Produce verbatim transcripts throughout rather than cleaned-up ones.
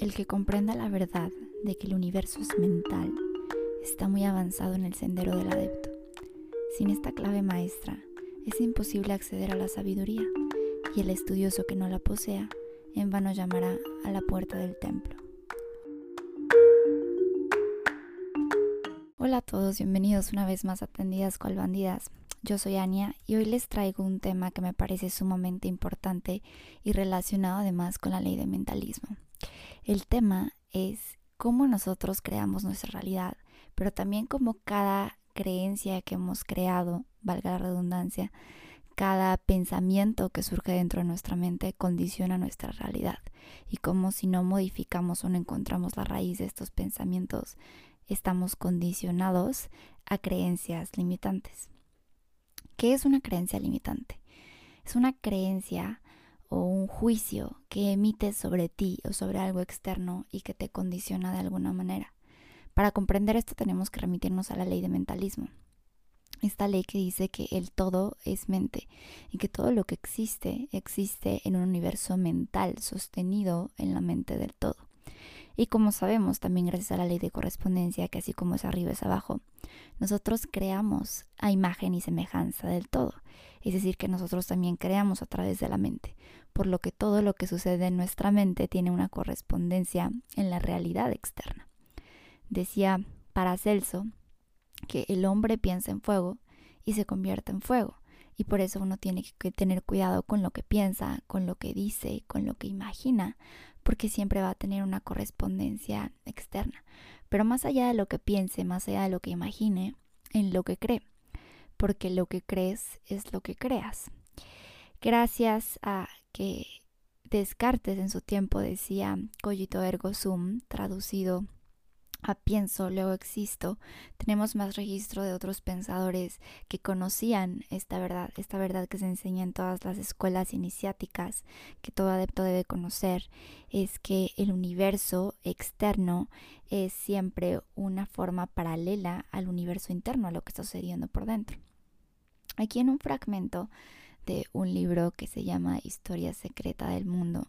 El que comprenda la verdad de que el universo es mental está muy avanzado en el sendero del adepto. Sin esta clave maestra es imposible acceder a la sabiduría, y el estudioso que no la posea en vano llamará a la puerta del templo. Hola a todos, bienvenidos una vez más a Tendidas Cual Bandidas. Yo soy Ania y hoy les traigo un tema que me parece sumamente importante y relacionado además con la ley de mentalismo. El tema es cómo nosotros creamos nuestra realidad, pero también cómo cada creencia que hemos creado, valga la redundancia, cada pensamiento que surge dentro de nuestra mente condiciona nuestra realidad, y cómo si no modificamos o no encontramos la raíz de estos pensamientos, estamos condicionados a creencias limitantes. ¿Qué es una creencia limitante? Es una creencia o un juicio que emites sobre ti o sobre algo externo y que te condiciona de alguna manera. Para comprender esto tenemos que remitirnos a la ley de mentalismo. Esta ley que dice que el todo es mente y que todo lo que existe, existe en un universo mental sostenido en la mente del todo. Y como sabemos, también gracias a la ley de correspondencia, que así como es arriba es abajo, nosotros creamos a imagen y semejanza del todo. Es decir, que nosotros también creamos a través de la mente, por lo que todo lo que sucede en nuestra mente tiene una correspondencia en la realidad externa. Decía Paracelso que el hombre piensa en fuego y se convierte en fuego, y por eso uno tiene que tener cuidado con lo que piensa, con lo que dice, con lo que imagina, porque siempre va a tener una correspondencia externa. Pero más allá de lo que piense, más allá de lo que imagine, en lo que cree, porque lo que crees es lo que creas. Gracias a que Descartes en su tiempo decía cogito ergo sum, traducido a pienso, luego existo, tenemos más registro de otros pensadores que conocían esta verdad, esta verdad que se enseña en todas las escuelas iniciáticas, que todo adepto debe conocer, es que el universo externo es siempre una forma paralela al universo interno, a lo que está sucediendo por dentro. Aquí en un fragmento de un libro que se llama Historia Secreta del Mundo,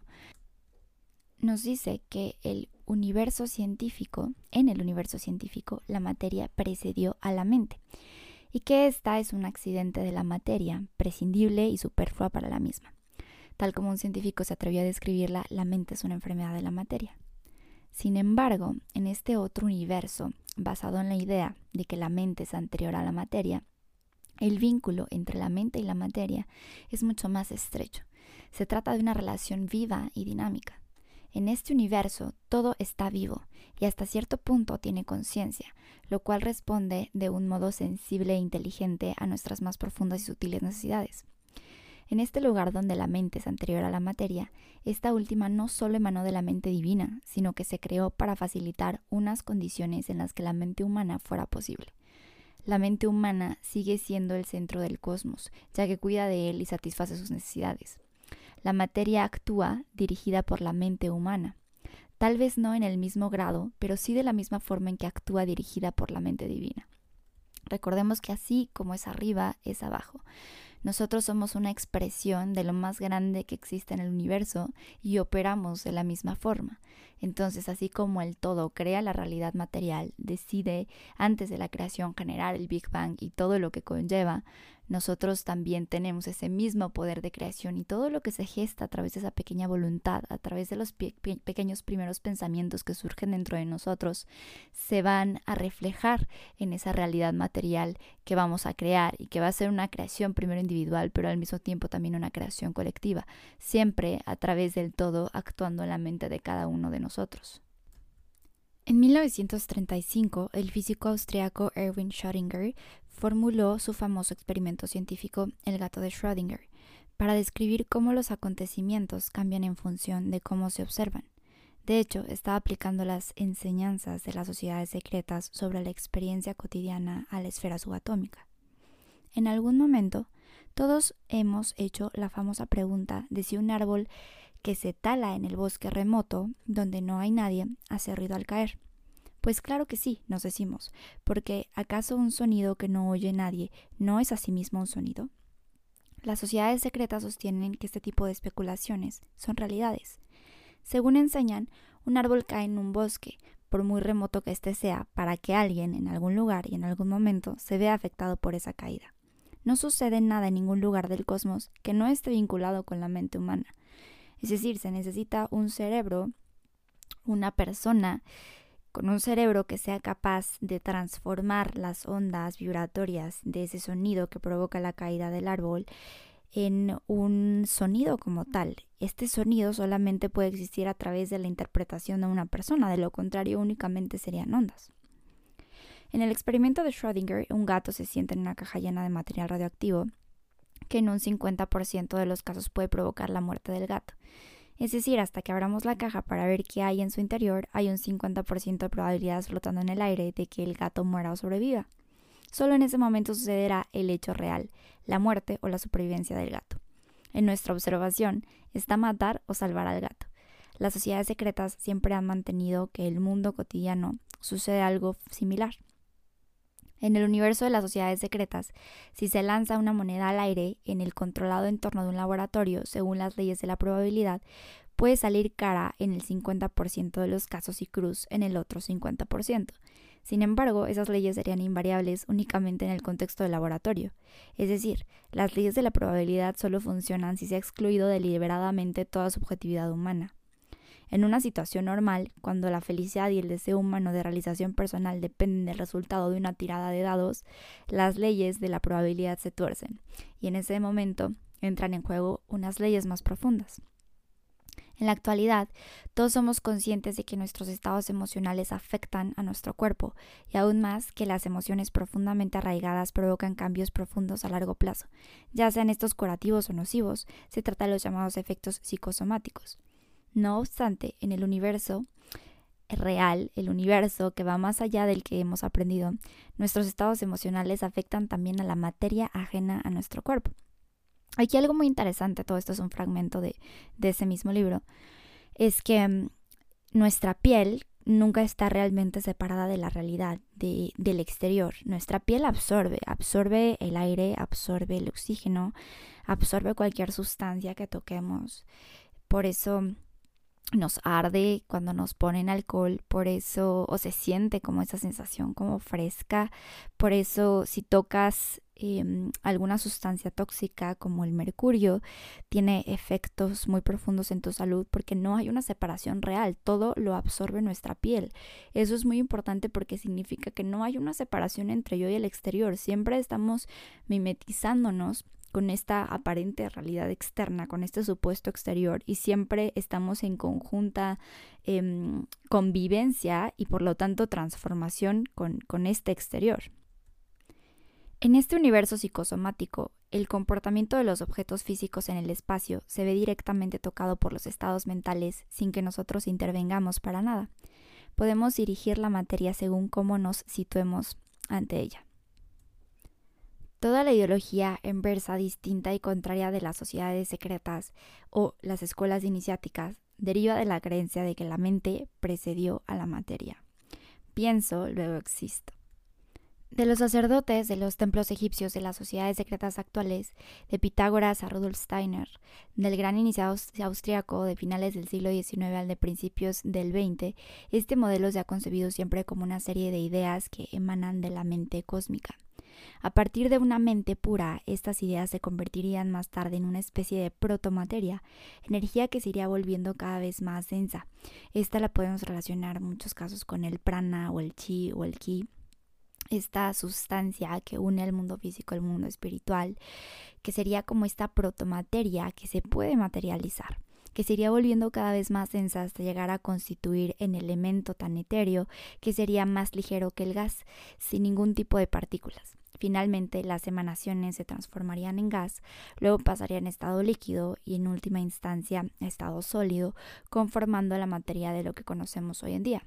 nos dice que el universo científico, en el universo científico, la materia precedió a la mente, y que esta es un accidente de la materia, prescindible y superflua para la misma. Tal como un científico se atrevió a describirla, la mente es una enfermedad de la materia. Sin embargo, en este otro universo, basado en la idea de que la mente es anterior a la materia, el vínculo entre la mente y la materia es mucho más estrecho. Se trata de una relación viva y dinámica. En este universo todo está vivo y hasta cierto punto tiene conciencia, lo cual responde de un modo sensible e inteligente a nuestras más profundas y sutiles necesidades. En este lugar donde la mente es anterior a la materia, esta última no solo emanó de la mente divina, sino que se creó para facilitar unas condiciones en las que la mente humana fuera posible. La mente humana sigue siendo el centro del cosmos, ya que cuida de él y satisface sus necesidades. La materia actúa dirigida por la mente humana, tal vez no en el mismo grado, pero sí de la misma forma en que actúa dirigida por la mente divina. Recordemos que así como es arriba, es abajo. Nosotros somos una expresión de lo más grande que existe en el universo y operamos de la misma forma. Entonces, así como el todo crea la realidad material, decide antes de la creación generar el Big Bang y todo lo que conlleva, nosotros también tenemos ese mismo poder de creación, y todo lo que se gesta a través de esa pequeña voluntad, a través de los pe- pe- pequeños primeros pensamientos que surgen dentro de nosotros, se van a reflejar en esa realidad material que vamos a crear, y que va a ser una creación primero individual, pero al mismo tiempo también una creación colectiva, siempre a través del todo actuando en la mente de cada uno de nosotros. En mil novecientos treinta y cinco, el físico austriaco Erwin Schrödinger formuló su famoso experimento científico, el gato de Schrödinger, para describir cómo los acontecimientos cambian en función de cómo se observan. De hecho, estaba aplicando las enseñanzas de las sociedades secretas sobre la experiencia cotidiana a la esfera subatómica. En algún momento, todos hemos hecho la famosa pregunta de si un árbol que se tala en el bosque remoto, donde no hay nadie, hace ruido al caer. Pues claro que sí, nos decimos, porque ¿acaso un sonido que no oye nadie no es asimismo un sonido? Las sociedades secretas sostienen que este tipo de especulaciones son realidades. Según enseñan, Un árbol cae en un bosque, por muy remoto que éste sea, para que alguien en algún lugar y en algún momento se vea afectado por esa caída. No sucede nada en ningún lugar del cosmos que no esté vinculado con la mente humana. Es decir, se necesita un cerebro, una persona con un cerebro que sea capaz de transformar las ondas vibratorias de ese sonido que provoca la caída del árbol en un sonido como tal. Este sonido solamente puede existir a través de la interpretación de una persona, de lo contrario únicamente serían ondas. En el experimento de Schrödinger, un gato se sienta en una caja llena de material radioactivo que en un cincuenta por ciento de los casos puede provocar la muerte del gato. Es decir, hasta que abramos la caja para ver qué hay en su interior, hay un cincuenta por ciento de probabilidades flotando en el aire de que el gato muera o sobreviva. Solo en ese momento sucederá el hecho real, la muerte o la supervivencia del gato. En nuestra observación está matar o salvar al gato. Las sociedades secretas siempre han mantenido que en el mundo cotidiano sucede algo similar. En el universo de las sociedades secretas, si se lanza una moneda al aire en el controlado entorno de un laboratorio, según las leyes de la probabilidad, puede salir cara en el cincuenta por ciento de los casos y cruz en el otro cincuenta por ciento. Sin embargo, esas leyes serían invariables únicamente en el contexto del laboratorio. Es decir, las leyes de la probabilidad solo funcionan si se ha excluido deliberadamente toda subjetividad humana. En una situación normal, cuando la felicidad y el deseo humano de realización personal dependen del resultado de una tirada de dados, las leyes de la probabilidad se tuercen, y en ese momento entran en juego unas leyes más profundas. En la actualidad, todos somos conscientes de que nuestros estados emocionales afectan a nuestro cuerpo, y aún más que las emociones profundamente arraigadas provocan cambios profundos a largo plazo. Ya sean estos curativos o nocivos, se trata de los llamados efectos psicosomáticos. No obstante, en el universo real, el universo que va más allá del que hemos aprendido, nuestros estados emocionales afectan también a la materia ajena a nuestro cuerpo. Aquí algo muy interesante, todo esto es un fragmento de, de ese mismo libro, es que um, nuestra piel nunca está realmente separada de la realidad, de, del exterior. Nuestra piel absorbe, absorbe el aire, absorbe el oxígeno, absorbe cualquier sustancia que toquemos. Por eso nos arde cuando nos ponen alcohol, por eso, o se siente como esa sensación como fresca, por eso si tocas eh, alguna sustancia tóxica como el mercurio, tiene efectos muy profundos en tu salud porque no hay una separación real, todo lo absorbe nuestra piel. Eso es muy importante porque significa que no hay una separación entre yo y el exterior, siempre estamos mimetizándonos con esta aparente realidad externa, con este supuesto exterior, y siempre estamos en conjunta eh, convivencia y por lo tanto transformación con, con este exterior. En este universo psicosomático, el comportamiento de los objetos físicos en el espacio se ve directamente tocado por los estados mentales sin que nosotros intervengamos para nada. Podemos dirigir la materia según cómo nos situemos ante ella. Toda la ideología inversa, distinta y contraria de las sociedades secretas o las escuelas iniciáticas deriva de la creencia de que la mente precedió a la materia. Pienso, luego existo. De los sacerdotes de los templos egipcios de las sociedades secretas actuales, de Pitágoras a Rudolf Steiner, del gran iniciado austriaco de finales del siglo diecinueve al de principios del veinte, este modelo se ha concebido siempre como una serie de ideas que emanan de la mente cósmica. A partir de una mente pura, estas ideas se convertirían más tarde en una especie de protomateria, energía que se iría volviendo cada vez más densa. Esta la podemos relacionar en muchos casos con el prana o el chi o el ki, esta sustancia que une el mundo físico al mundo espiritual, que sería como esta protomateria que se puede materializar, que se iría volviendo cada vez más densa hasta llegar a constituir en elemento tan etéreo que sería más ligero que el gas, sin ningún tipo de partículas. Finalmente, las emanaciones se transformarían en gas, luego pasarían a estado líquido y en última instancia a estado sólido, conformando la materia de lo que conocemos hoy en día.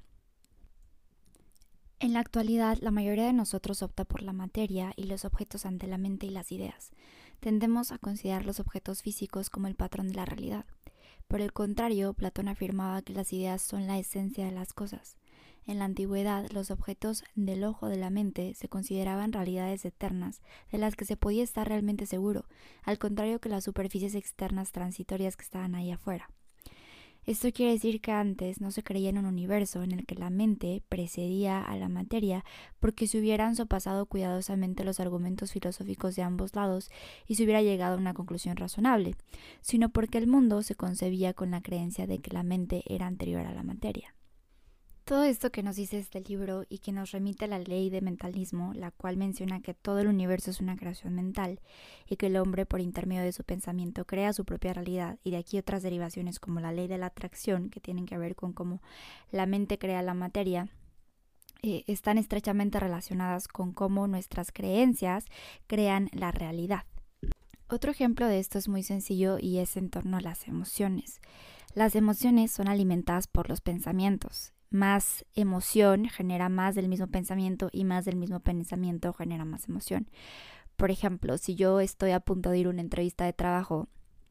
En la actualidad, la mayoría de nosotros opta por la materia y los objetos ante la mente y las ideas. Tendemos a considerar los objetos físicos como el patrón de la realidad. Por el contrario, Platón afirmaba que las ideas son la esencia de las cosas. En la antigüedad, los objetos del ojo de la mente se consideraban realidades eternas, de las que se podía estar realmente seguro, al contrario que las superficies externas transitorias que estaban ahí afuera. Esto quiere decir que antes no se creía en un universo en el que la mente precedía a la materia porque se hubieran sopasado cuidadosamente los argumentos filosóficos de ambos lados y se hubiera llegado a una conclusión razonable, sino porque el mundo se concebía con la creencia de que la mente era anterior a la materia. Todo esto que nos dice este libro y que nos remite a la ley de mentalismo, la cual menciona que todo el universo es una creación mental y que el hombre por intermedio de su pensamiento crea su propia realidad, y de aquí otras derivaciones como la ley de la atracción que tienen que ver con cómo la mente crea la materia, eh, están estrechamente relacionadas con cómo nuestras creencias crean la realidad. Otro ejemplo de esto es muy sencillo y es en torno a las emociones. Las emociones son alimentadas por los pensamientos. Más emoción genera más del mismo pensamiento y más del mismo pensamiento genera más emoción. Por ejemplo, si yo estoy a punto de ir a una entrevista de trabajo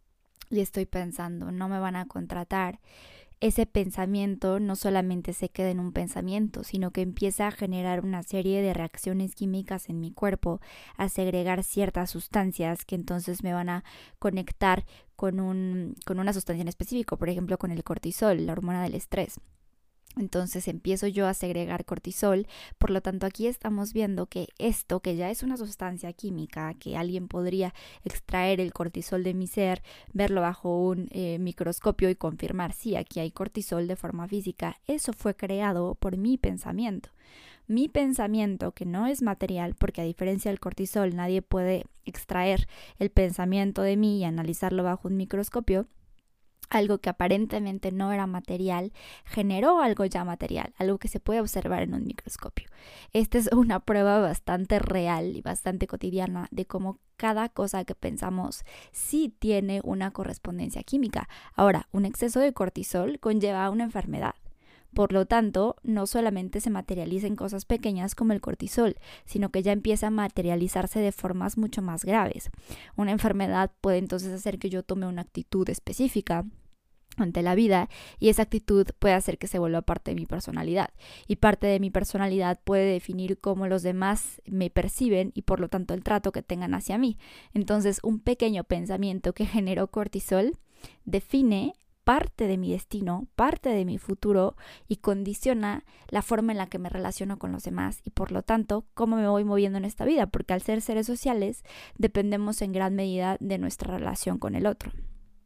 y estoy pensando, no me van a contratar, ese pensamiento no solamente se queda en un pensamiento, sino que empieza a generar una serie de reacciones químicas en mi cuerpo, a segregar ciertas sustancias que entonces me van a conectar con, un, con una sustancia en específico, por ejemplo con el cortisol, la hormona del estrés. Entonces empiezo yo a segregar cortisol, por lo tanto aquí estamos viendo que esto, que ya es una sustancia química, que alguien podría extraer el cortisol de mi ser, verlo bajo un eh, microscopio y confirmar, sí, aquí hay cortisol de forma física, eso fue creado por mi pensamiento. Mi pensamiento, que no es material, porque a diferencia del cortisol nadie puede extraer el pensamiento de mí y analizarlo bajo un microscopio, algo que aparentemente no era material, generó algo ya material, algo que se puede observar en un microscopio. Esta es una prueba bastante real y bastante cotidiana de cómo cada cosa que pensamos sí tiene una correspondencia química. Ahora, un exceso de cortisol conlleva una enfermedad. Por lo tanto, no solamente se materializa en cosas pequeñas como el cortisol, sino que ya empieza a materializarse de formas mucho más graves. Una enfermedad puede entonces hacer que yo tome una actitud específica ante la vida, y esa actitud puede hacer que se vuelva parte de mi personalidad, y parte de mi personalidad puede definir cómo los demás me perciben y por lo tanto el trato que tengan hacia mí. Entonces, un pequeño pensamiento que generó cortisol define parte de mi destino, parte de mi futuro, y condiciona la forma en la que me relaciono con los demás y por lo tanto cómo me voy moviendo en esta vida, porque al ser seres sociales dependemos en gran medida de nuestra relación con el otro.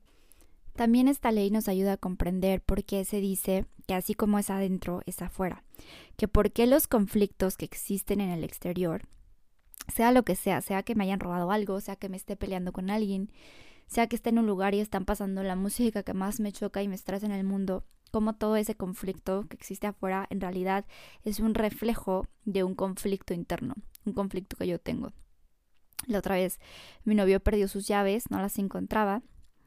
También esta ley nos ayuda a comprender por qué se dice que así como es adentro, es afuera, que por qué los conflictos que existen en el exterior, sea lo que sea, sea que me hayan robado algo, sea que me esté peleando con alguien, sea que esté en un lugar y están pasando la música que más me choca y me estresa en el mundo, como todo ese conflicto que existe afuera en realidad es un reflejo de un conflicto interno, un conflicto que yo tengo. La otra vez mi novio perdió sus llaves, no las encontraba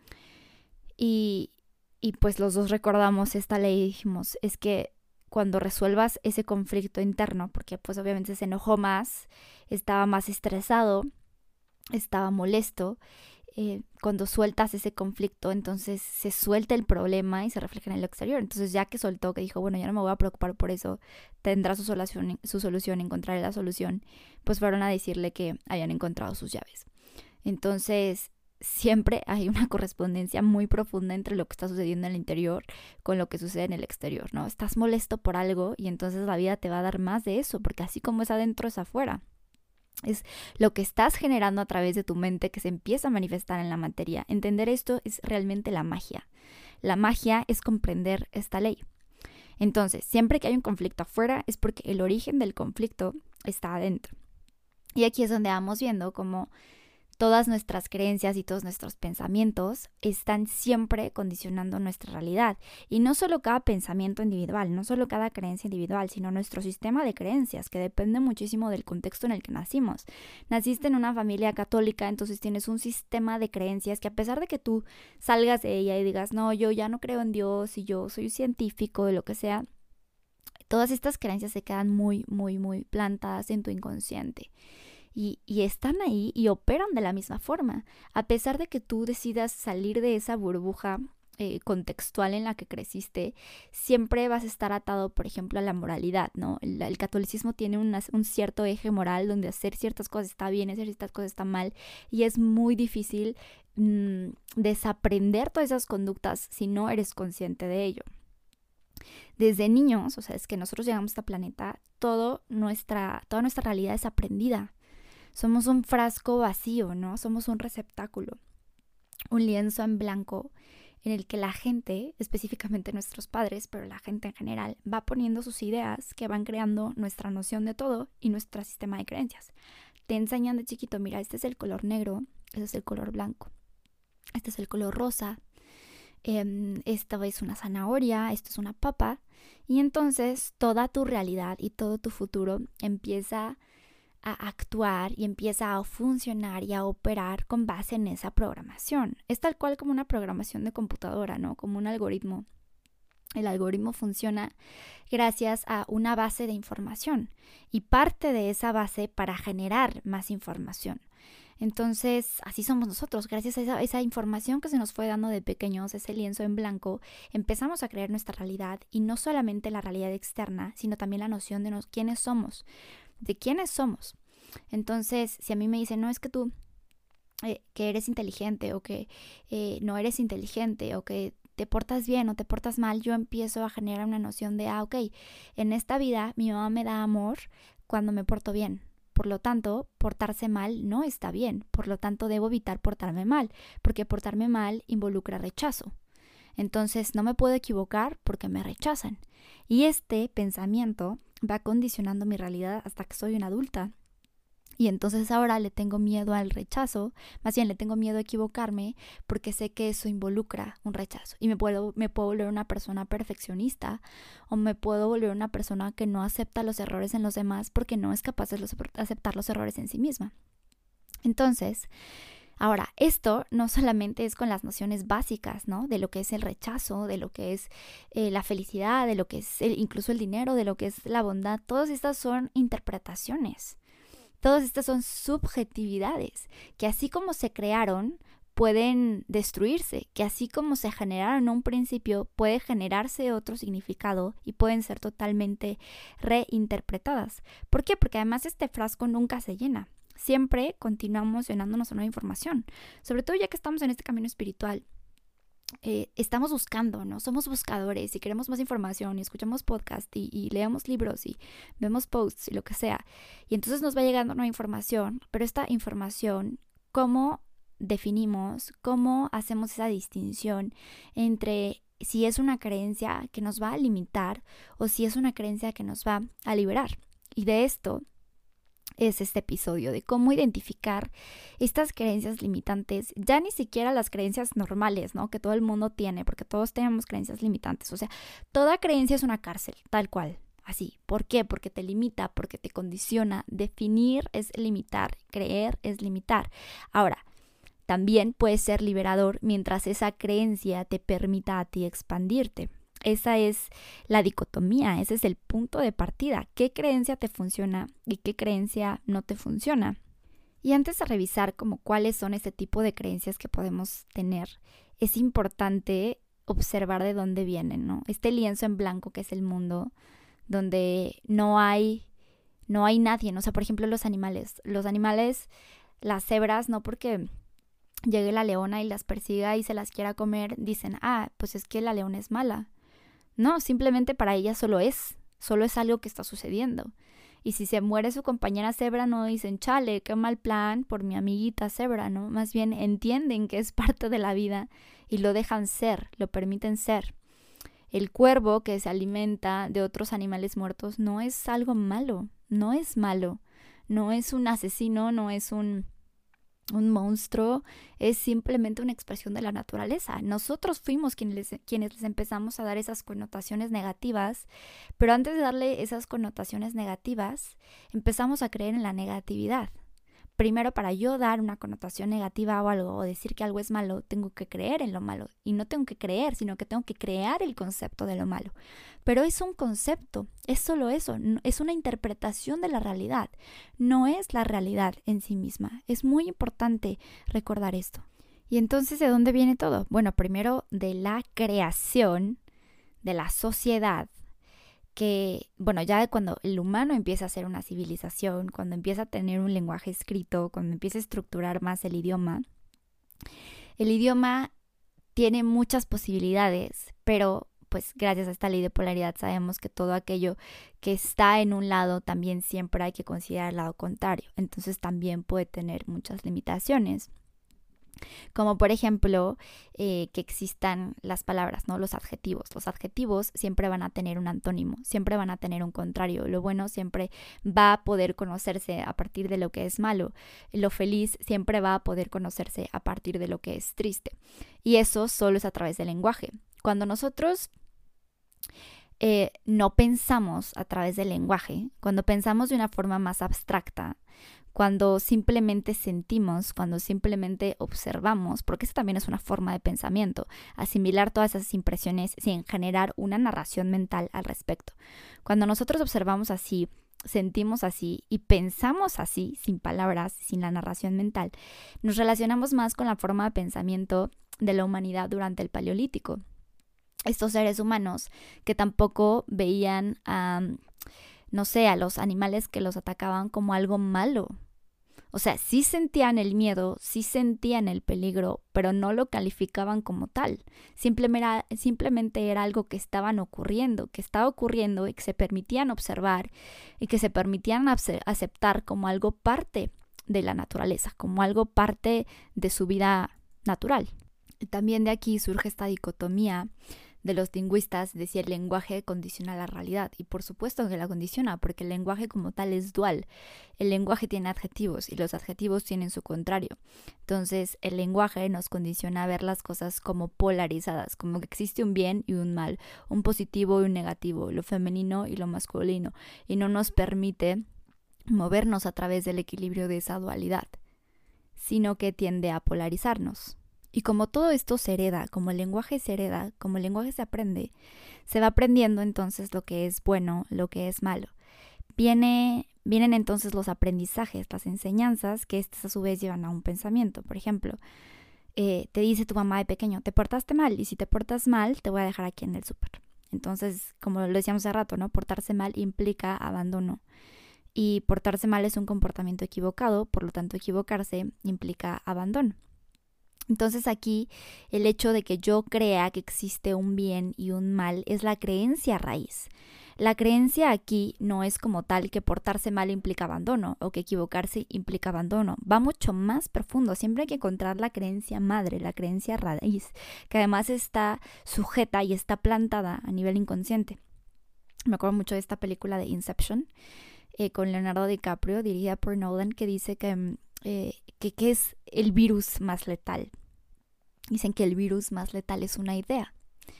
y, y pues los dos recordamos esta ley y dijimos, es que cuando resuelvas ese conflicto interno, porque pues obviamente se enojó más, estaba más estresado, estaba molesto, Eh, cuando sueltas ese conflicto, entonces se suelta el problema y se refleja en el exterior. Entonces ya que soltó, que dijo, bueno, ya no me voy a preocupar por eso, tendrá su solución, su solución, encontraré la solución, pues fueron a decirle que habían encontrado sus llaves. Entonces siempre hay una correspondencia muy profunda entre lo que está sucediendo en el interior con lo que sucede en el exterior, ¿no? Estás molesto por algo y entonces la vida te va a dar más de eso, porque así como es adentro, es afuera. Es lo que estás generando a través de tu mente que se empieza a manifestar en la materia. Entender esto es realmente la magia. La magia es comprender esta ley. Entonces, siempre que hay un conflicto afuera es porque el origen del conflicto está adentro. Y aquí es donde vamos viendo cómo todas nuestras creencias y todos nuestros pensamientos están siempre condicionando nuestra realidad. Y no solo cada pensamiento individual, no solo cada creencia individual, sino nuestro sistema de creencias, que depende muchísimo del contexto en el que nacimos. Naciste en una familia católica, entonces tienes un sistema de creencias que a pesar de que tú salgas de ella y digas, no, yo ya no creo en Dios y yo soy científico, de lo que sea, todas estas creencias se quedan muy, muy, muy plantadas en tu inconsciente. Y, y están ahí y operan de la misma forma. A pesar de que tú decidas salir de esa burbuja eh, contextual en la que creciste, siempre vas a estar atado, por ejemplo, a la moralidad, ¿no? El, el catolicismo tiene una, un cierto eje moral donde hacer ciertas cosas está bien, hacer ciertas cosas está mal, y es muy difícil mmm, desaprender todas esas conductas si no eres consciente de ello. Desde niños, o sea, es que nosotros llegamos a este planeta, todo nuestra, toda nuestra realidad es aprendida. Somos un frasco vacío, ¿no? Somos un receptáculo, un lienzo en blanco en el que la gente, específicamente nuestros padres, pero la gente en general, va poniendo sus ideas que van creando nuestra noción de todo y nuestro sistema de creencias. Te enseñan de chiquito, mira, este es el color negro, este es el color blanco, este es el color rosa, eh, esta es una zanahoria, esto es una papa, y entonces toda tu realidad y todo tu futuro empieza a actuar y empieza a funcionar y a operar con base en esa programación. Es tal cual como una programación de computadora, ¿no? Como un algoritmo. El algoritmo funciona gracias a una base de información y parte de esa base para generar más información. Entonces, así somos nosotros. Gracias a esa, esa información que se nos fue dando de pequeños, ese lienzo en blanco, empezamos a crear nuestra realidad, y no solamente la realidad externa, sino también la noción de nos, quiénes somos. de quiénes somos. Entonces, si a mí me dicen, no, es que tú, eh, que eres inteligente, o que eh, no eres inteligente, o que te portas bien o te portas mal, yo empiezo a generar una noción de, ah, ok, en esta vida mi mamá me da amor cuando me porto bien. Por lo tanto, portarse mal no está bien. Por lo tanto, debo evitar portarme mal, porque portarme mal involucra rechazo. Entonces, no me puedo equivocar porque me rechazan. Y este pensamiento va condicionando mi realidad hasta que soy una adulta. Y entonces ahora le tengo miedo al rechazo, más bien le tengo miedo a equivocarme, porque sé que eso involucra un rechazo. Y me puedo, me puedo volver una persona perfeccionista, o me puedo volver una persona que no acepta los errores en los demás porque no es capaz de los, aceptar los errores en sí misma. Entonces, ahora, esto no solamente es con las nociones básicas, ¿no? De lo que es el rechazo, de lo que es eh, la felicidad, de lo que es el, incluso el dinero, de lo que es la bondad. Todas estas son interpretaciones. Todas estas son subjetividades que, así como se crearon, pueden destruirse, que así como se generaron en un principio, puede generarse otro significado y pueden ser totalmente reinterpretadas. ¿Por qué? Porque además este frasco nunca se llena. Siempre continuamos llenándonos de nueva información, sobre todo ya que estamos en este camino espiritual. Eh, estamos buscando, ¿no? Somos buscadores y queremos más información y escuchamos podcast y, y leemos libros y vemos posts y lo que sea. Y entonces nos va llegando nueva información, pero esta información, ¿cómo definimos, cómo hacemos esa distinción entre si es una creencia que nos va a limitar o si es una creencia que nos va a liberar? Y de esto es este episodio, de cómo identificar estas creencias limitantes, ya ni siquiera las creencias normales, ¿no? Que todo el mundo tiene, porque todos tenemos creencias limitantes. O sea, toda creencia es una cárcel, tal cual, así. ¿Por qué? Porque te limita, porque te condiciona. Definir es limitar, creer es limitar. Ahora, también puede ser liberador mientras esa creencia te permita a ti expandirte. Esa es la dicotomía, ese es el punto de partida. ¿Qué creencia te funciona y qué creencia no te funciona? Y antes de revisar como cuáles son este tipo de creencias que podemos tener, es importante observar de dónde vienen, ¿no? Este lienzo en blanco que es el mundo, donde no hay, no hay nadie, ¿no? O sea, por ejemplo, los animales. Los animales, las cebras, no porque llegue la leona y las persiga y se las quiera comer, dicen, ah, pues es que la leona es mala. No, simplemente para ella solo es, solo es algo que está sucediendo. Y si se muere su compañera cebra, no dicen, chale, qué mal plan por mi amiguita cebra, ¿no? Más bien entienden que es parte de la vida y lo dejan ser, lo permiten ser. El cuervo que se alimenta de otros animales muertos no es algo malo, no es malo, no es un asesino, no es un... un monstruo, es simplemente una expresión de la naturaleza. Nosotros fuimos quienes les, quienes les empezamos a dar esas connotaciones negativas, pero antes de darle esas connotaciones negativas, empezamos a creer en la negatividad. Primero, para yo dar una connotación negativa o algo, o decir que algo es malo, tengo que creer en lo malo. Y no tengo que creer, sino que tengo que crear el concepto de lo malo. Pero es un concepto, es solo eso, es una interpretación de la realidad. No es la realidad en sí misma. Es muy importante recordar esto. Y entonces, ¿de dónde viene todo? Bueno, primero de la creación de la sociedad, que, bueno, ya cuando el humano empieza a ser una civilización, cuando empieza a tener un lenguaje escrito, cuando empieza a estructurar más el idioma, el idioma tiene muchas posibilidades, pero pues gracias a esta ley de polaridad sabemos que todo aquello que está en un lado también siempre hay que considerar el lado contrario, entonces también puede tener muchas limitaciones. Como por ejemplo, eh, que existan las palabras, ¿no? Los adjetivos. Los adjetivos siempre van a tener un antónimo, siempre van a tener un contrario. Lo bueno siempre va a poder conocerse a partir de lo que es malo. Lo feliz siempre va a poder conocerse a partir de lo que es triste. Y eso solo es a través del lenguaje. Cuando nosotros eh, no pensamos a través del lenguaje, cuando pensamos de una forma más abstracta, cuando simplemente sentimos, cuando simplemente observamos, porque eso también es una forma de pensamiento, asimilar todas esas impresiones sin generar una narración mental al respecto. Cuando nosotros observamos así, sentimos así y pensamos así, sin palabras, sin la narración mental, nos relacionamos más con la forma de pensamiento de la humanidad durante el Paleolítico. Estos seres humanos que tampoco veían a... Um, no sé, a los animales que los atacaban como algo malo. O sea, sí sentían el miedo, sí sentían el peligro, pero no lo calificaban como tal. Simplemente era, simplemente era algo que estaban ocurriendo, que estaba ocurriendo y que se permitían observar y que se permitían aceptar como algo parte de la naturaleza, como algo parte de su vida natural. Y también de aquí surge esta dicotomía de los lingüistas de si el lenguaje condiciona la realidad. Y por supuesto que la condiciona, porque el lenguaje como tal es dual. El lenguaje tiene adjetivos y los adjetivos tienen su contrario. Entonces, el lenguaje nos condiciona a ver las cosas como polarizadas, como que existe un bien y un mal, un positivo y un negativo, lo femenino y lo masculino, y no nos permite movernos a través del equilibrio de esa dualidad, sino que tiende a polarizarnos. Y como todo esto se hereda, como el lenguaje se hereda, como el lenguaje se aprende, se va aprendiendo entonces lo que es bueno, lo que es malo. Viene, vienen entonces los aprendizajes, las enseñanzas, que estas a su vez llevan a un pensamiento. Por ejemplo, eh, te dice tu mamá de pequeño, te portaste mal, y si te portas mal, te voy a dejar aquí en el súper. Entonces, como lo decíamos hace rato, ¿no? Portarse mal implica abandono. Y portarse mal es un comportamiento equivocado, por lo tanto, equivocarse implica abandono. Entonces aquí el hecho de que yo crea que existe un bien y un mal es la creencia raíz. La creencia aquí no es como tal que portarse mal implica abandono o que equivocarse implica abandono. Va mucho más profundo. Siempre hay que encontrar la creencia madre, la creencia raíz, que además está sujeta y está plantada a nivel inconsciente. Me acuerdo mucho de esta película de Inception eh, con Leonardo DiCaprio, dirigida por Nolan, que dice que... Eh, que, que es el virus más letal. Dicen que el virus más letal es una idea,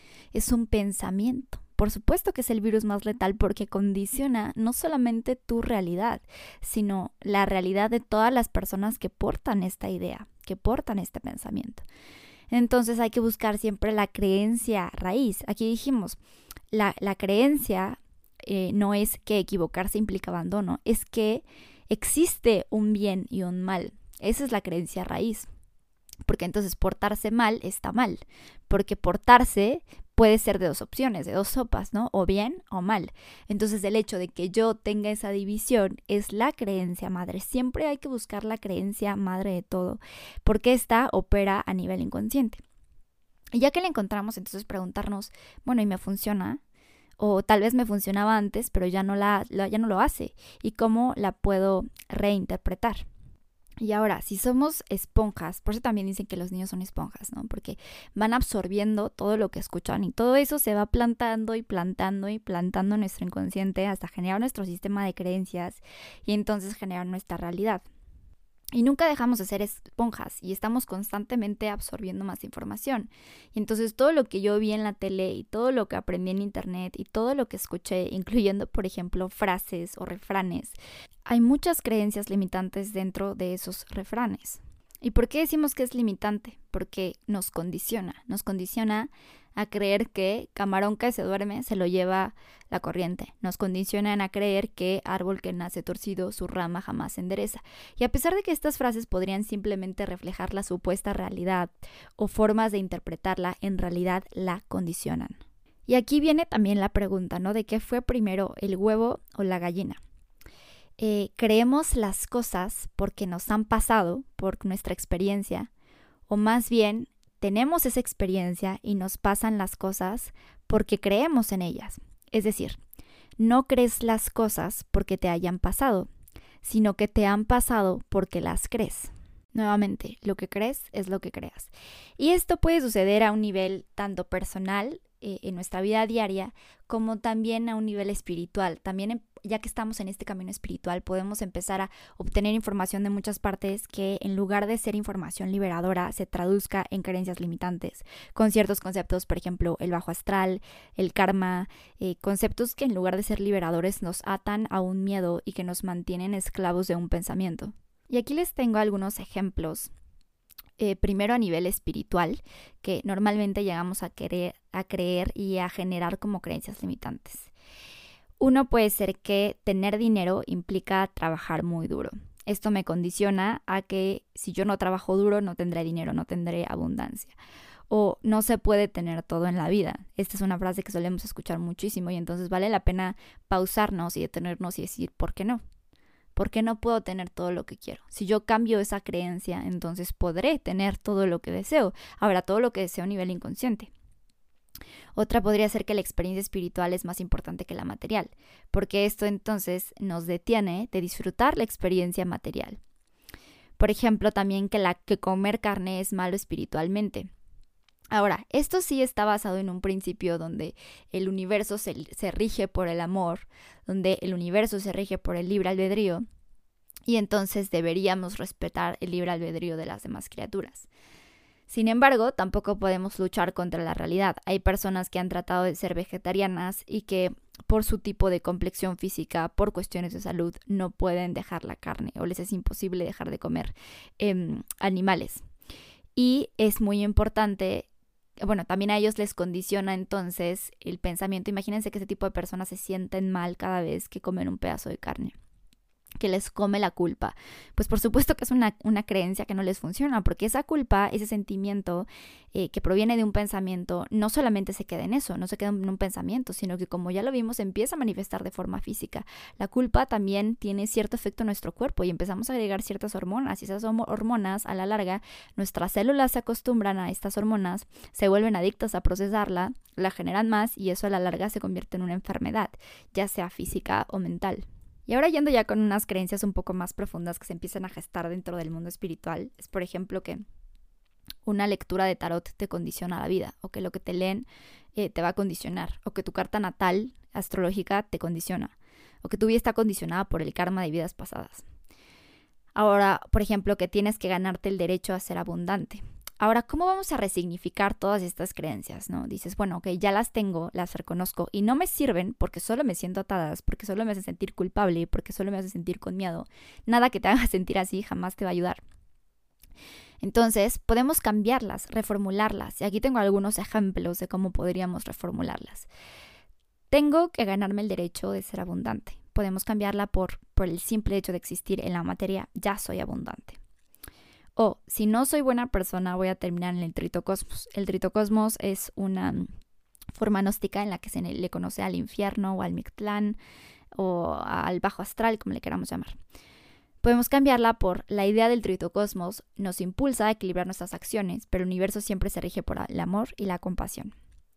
es un pensamiento. Por supuesto que es el virus más letal porque condiciona no solamente tu realidad, sino la realidad de todas las personas que portan esta idea, que portan este pensamiento. Entonces hay que buscar siempre la creencia raíz. Aquí dijimos, la, la creencia eh, no es que equivocarse implica abandono, es que existe un bien y un mal. Esa es la creencia raíz. Porque entonces portarse mal está mal. Porque portarse puede ser de dos opciones, de dos sopas, ¿no? O bien o mal. Entonces el hecho de que yo tenga esa división es la creencia madre. Siempre hay que buscar la creencia madre de todo. Porque esta opera a nivel inconsciente. Y ya que la encontramos, entonces preguntarnos, bueno, ¿y me funciona? O tal vez me funcionaba antes, pero ya no, la, la, ya no lo hace. ¿Y cómo la puedo reinterpretar? Y ahora, si somos esponjas, por eso también dicen que los niños son esponjas, ¿no? Porque van absorbiendo todo lo que escuchan y todo eso se va plantando y plantando y plantando en nuestro inconsciente hasta generar nuestro sistema de creencias y entonces generar nuestra realidad. Y nunca dejamos de ser esponjas y estamos constantemente absorbiendo más información. Y entonces todo lo que yo vi en la tele y todo lo que aprendí en internet y todo lo que escuché, incluyendo, por ejemplo, frases o refranes, hay muchas creencias limitantes dentro de esos refranes. ¿Y por qué decimos que es limitante? Porque nos condiciona, nos condiciona a creer que camarón que se duerme se lo lleva la corriente. Nos condicionan a creer que árbol que nace torcido su rama jamás se endereza. Y a pesar de que estas frases podrían simplemente reflejar la supuesta realidad o formas de interpretarla, en realidad la condicionan. Y aquí viene también la pregunta, ¿no? ¿De qué fue primero, el huevo o la gallina? Eh, creemos las cosas porque nos han pasado, por nuestra experiencia, o más bien tenemos esa experiencia y nos pasan las cosas porque creemos en ellas. Es decir, no crees las cosas porque te hayan pasado, sino que te han pasado porque las crees. Nuevamente, lo que crees es lo que creas. Y esto puede suceder a un nivel tanto personal, eh, en nuestra vida diaria, como también a un nivel espiritual. También en, ya que estamos en este camino espiritual, podemos empezar a obtener información de muchas partes que, en lugar de ser información liberadora, se traduzca en creencias limitantes, con ciertos conceptos, por ejemplo, el bajo astral, el karma, eh, conceptos que en lugar de ser liberadores nos atan a un miedo y que nos mantienen esclavos de un pensamiento. Y aquí les tengo algunos ejemplos. Eh, primero a nivel espiritual, que normalmente llegamos a, querer, a creer y a generar como creencias limitantes. Uno puede ser que tener dinero implica trabajar muy duro. Esto me condiciona a que si yo no trabajo duro no tendré dinero, no tendré abundancia. O no se puede tener todo en la vida. Esta es una frase que solemos escuchar muchísimo y entonces vale la pena pausarnos y detenernos y decir, ¿por qué no? ¿Por qué no puedo tener todo lo que quiero? Si yo cambio esa creencia, entonces podré tener todo lo que deseo. Ahora, todo lo que deseo a nivel inconsciente. Otra podría ser que la experiencia espiritual es más importante que la material, porque esto entonces nos detiene de disfrutar la experiencia material. Por ejemplo, también que, la, que comer carne es malo espiritualmente. Ahora, esto sí está basado en un principio donde el universo se, se rige por el amor, donde el universo se rige por el libre albedrío, y entonces deberíamos respetar el libre albedrío de las demás criaturas. Sin embargo, tampoco podemos luchar contra la realidad. Hay personas que han tratado de ser vegetarianas y que por su tipo de complexión física, por cuestiones de salud, no pueden dejar la carne o les es imposible dejar de comer eh, animales. Y es muy importante, bueno, también a ellos les condiciona entonces el pensamiento. Imagínense que ese tipo de personas se sienten mal cada vez que comen un pedazo de carne, que les come la culpa. Pues por supuesto que es una, una creencia que no les funciona, porque esa culpa, ese sentimiento eh, que proviene de un pensamiento, no solamente se queda en eso, no se queda en un pensamiento, sino que, como ya lo vimos, empieza a manifestar de forma física. La culpa también tiene cierto efecto en nuestro cuerpo y empezamos a agregar ciertas hormonas, y esas hormonas, a la larga, nuestras células se acostumbran a estas hormonas, se vuelven adictas a procesarla, la generan más y eso a la larga se convierte en una enfermedad, ya sea física o mental. Y ahora, yendo ya con unas creencias un poco más profundas que se empiezan a gestar dentro del mundo espiritual, es por ejemplo que una lectura de tarot te condiciona la vida, o que lo que te leen eh, te va a condicionar, o que tu carta natal astrológica te condiciona, o que tu vida está condicionada por el karma de vidas pasadas. Ahora, por ejemplo, que tienes que ganarte el derecho a ser abundante. Ahora, ¿cómo vamos a resignificar todas estas creencias, no? Dices, bueno, ok, ya las tengo, las reconozco y no me sirven porque solo me siento atadas, porque solo me hace sentir culpable, porque solo me hace sentir con miedo. Nada que te haga sentir así jamás te va a ayudar. Entonces, podemos cambiarlas, reformularlas. Y aquí tengo algunos ejemplos de cómo podríamos reformularlas. Tengo que ganarme el derecho de ser abundante. Podemos cambiarla por, por el simple hecho de existir en la materia, ya soy abundante. O, si no soy buena persona, voy a terminar en el tritocosmos. El tritocosmos es una forma gnóstica en la que se le conoce al infierno o al Mictlán o al bajo astral, como le queramos llamar. Podemos cambiarla por la idea del tritocosmos nos impulsa a equilibrar nuestras acciones, pero el universo siempre se rige por el amor y la compasión.